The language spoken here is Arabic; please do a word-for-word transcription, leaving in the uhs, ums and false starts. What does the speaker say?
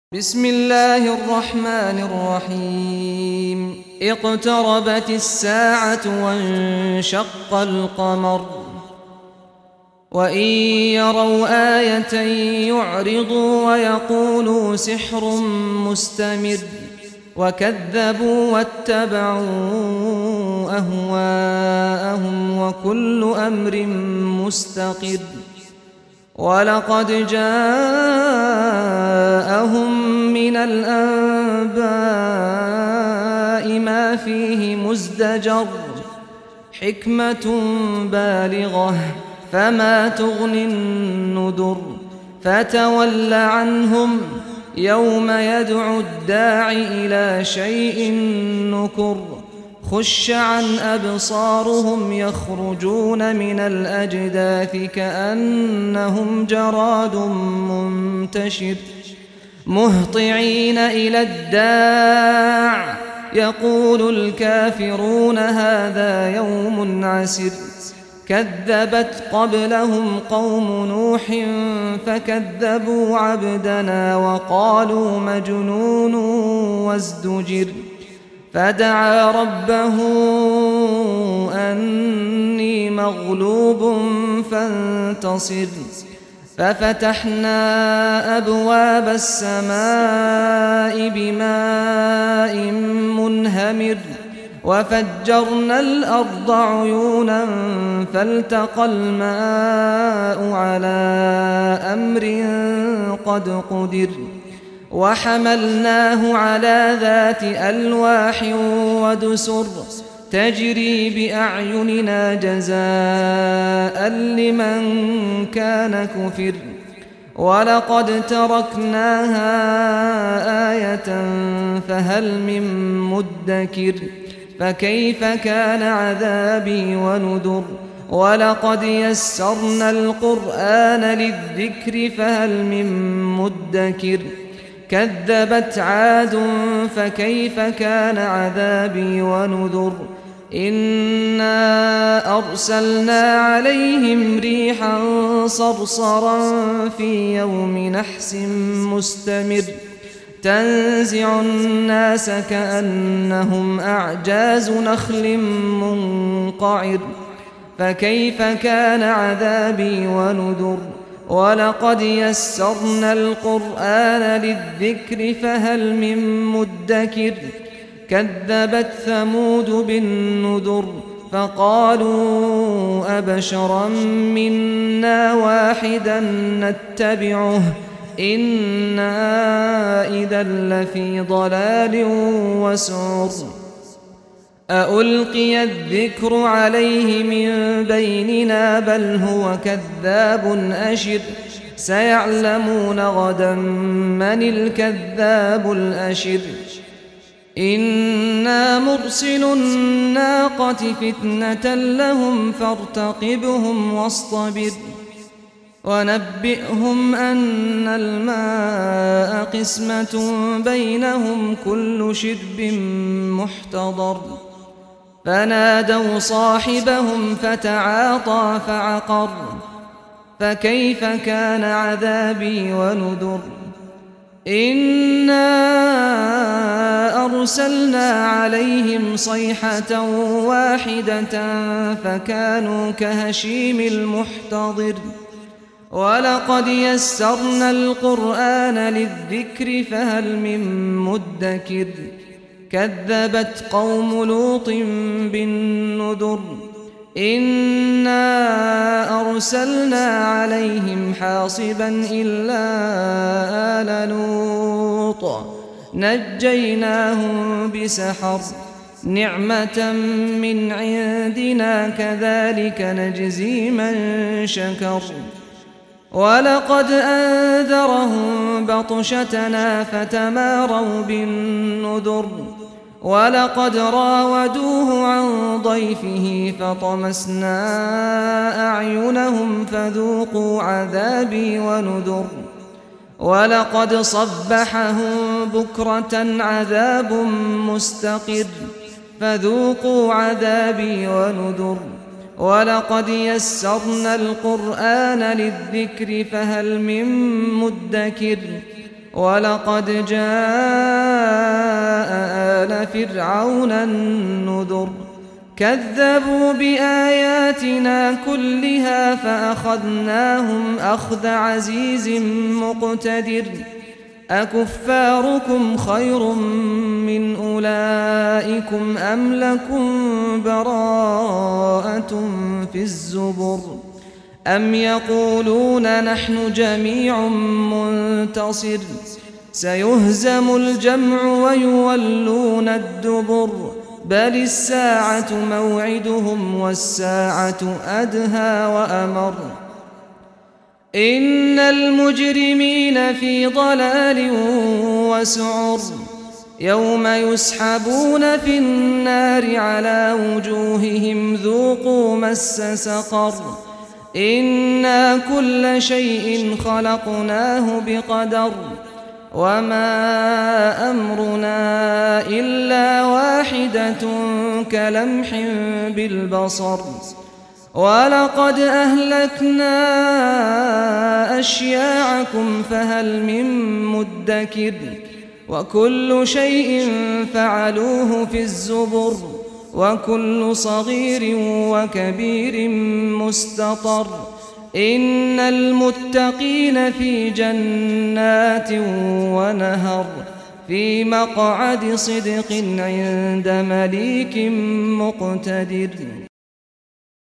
بسم الله الرحمن الرحيم اقتربت الساعة وانشق القمر وإن يروا آية يعرضوا ويقولوا سحر مستمر وكذبوا واتبعوا أهواءهم وكل أمر مستقر ولقد جاءهم من الأنباء ما فيه مزدجر حكمة بالغة فما تغني النذر فتول عنهم يوم يدعو الداع إلى شيء نكر خش عن أبصارهم يخرجون من الأجداث كأنهم جراد منتشر مهطعين إلى الداع يقول الكافرون هذا يوم عسر كذبت قبلهم قوم نوح فكذبوا عبدنا وقالوا مجنون وازدجر فدعا ربه أني مغلوب فانتصر ففتحنا أبواب السماء بماء منهمر وفجرنا الأرض عيونا فالتقى الماء على أمر قد قدر وحملناه على ذات ألواح ودسر تجري بأعيننا جزاء لمن كان كفر ولقد تركناها آية فهل من مدكر فكيف كان عذابي ونذر ولقد يسرنا القرآن للذكر فهل من مدكر كذبت عاد فكيف كان عذابي ونذر إنا أرسلنا عليهم ريحا صرصرا في يوم نحس مستمر تنزع الناس كأنهم أعجاز نخل منقعر فكيف كان عذابي ونذر ولقد يسرنا القرآن للذكر فهل من مدكر كذبت ثمود بالنذر فقالوا أبشرا منا واحدا نتبعه إنا إذا لفي ضلال وسعر أألقي الذكر عليه من بيننا بل هو كذاب أشر سيعلمون غدا من الكذاب الأشر إنا مرسل الناقة فتنة لهم فارتقبهم واصطبر ونبئهم أن الماء قسمة بينهم كل شرب محتضر فنادوا صاحبهم فتعاطى فعقر فكيف كان عذابي ونذر إنا أرسلنا عليهم صيحة واحدة فكانوا كهشيم المحتضر ولقد يسرنا القرآن للذكر فهل من مدكر كذبت قوم لوط بالنذر إنا أرسلنا عليهم حاصبا إلا آل لوط نجيناهم بسحر نعمة من عندنا كذلك نجزي من شكر ولقد أنذرهم بطشتنا فتماروا بالنذر ولقد راودوه عن ضيفه فطمسنا أعينهم فذوقوا عذابي ونذر ولقد صبحهم بكرة عذاب مستقر فذوقوا عذابي ونذر ولقد يسرنا القرآن للذكر فهل من مدكر ولقد جاء آل فرعون النذر كذبوا بآياتنا كلها فأخذناهم أخذ عزيز مقتدر أكفاركم خير من أولئكم أم لكم براءة في الزبر أم يقولون نحن جميع منتصر سيهزم الجمع ويولون الدبر بل الساعة موعدهم والساعة أدهى وأمر إن المجرمين في ضلال وسعر يوم يسحبون في النار على وجوههم ذوقوا مس سقر إنا كل شيء خلقناه بقدر وما أمرنا إلا واحدة كلمح بالبصر ولقد أهلكنا أشياعكم فهل من مدكر وكل شيء فعلوه في الزبر وكل صغير وكبير مستطر إن المتقين في جنات ونهر في مقعد صدق عند مليك مقتدر.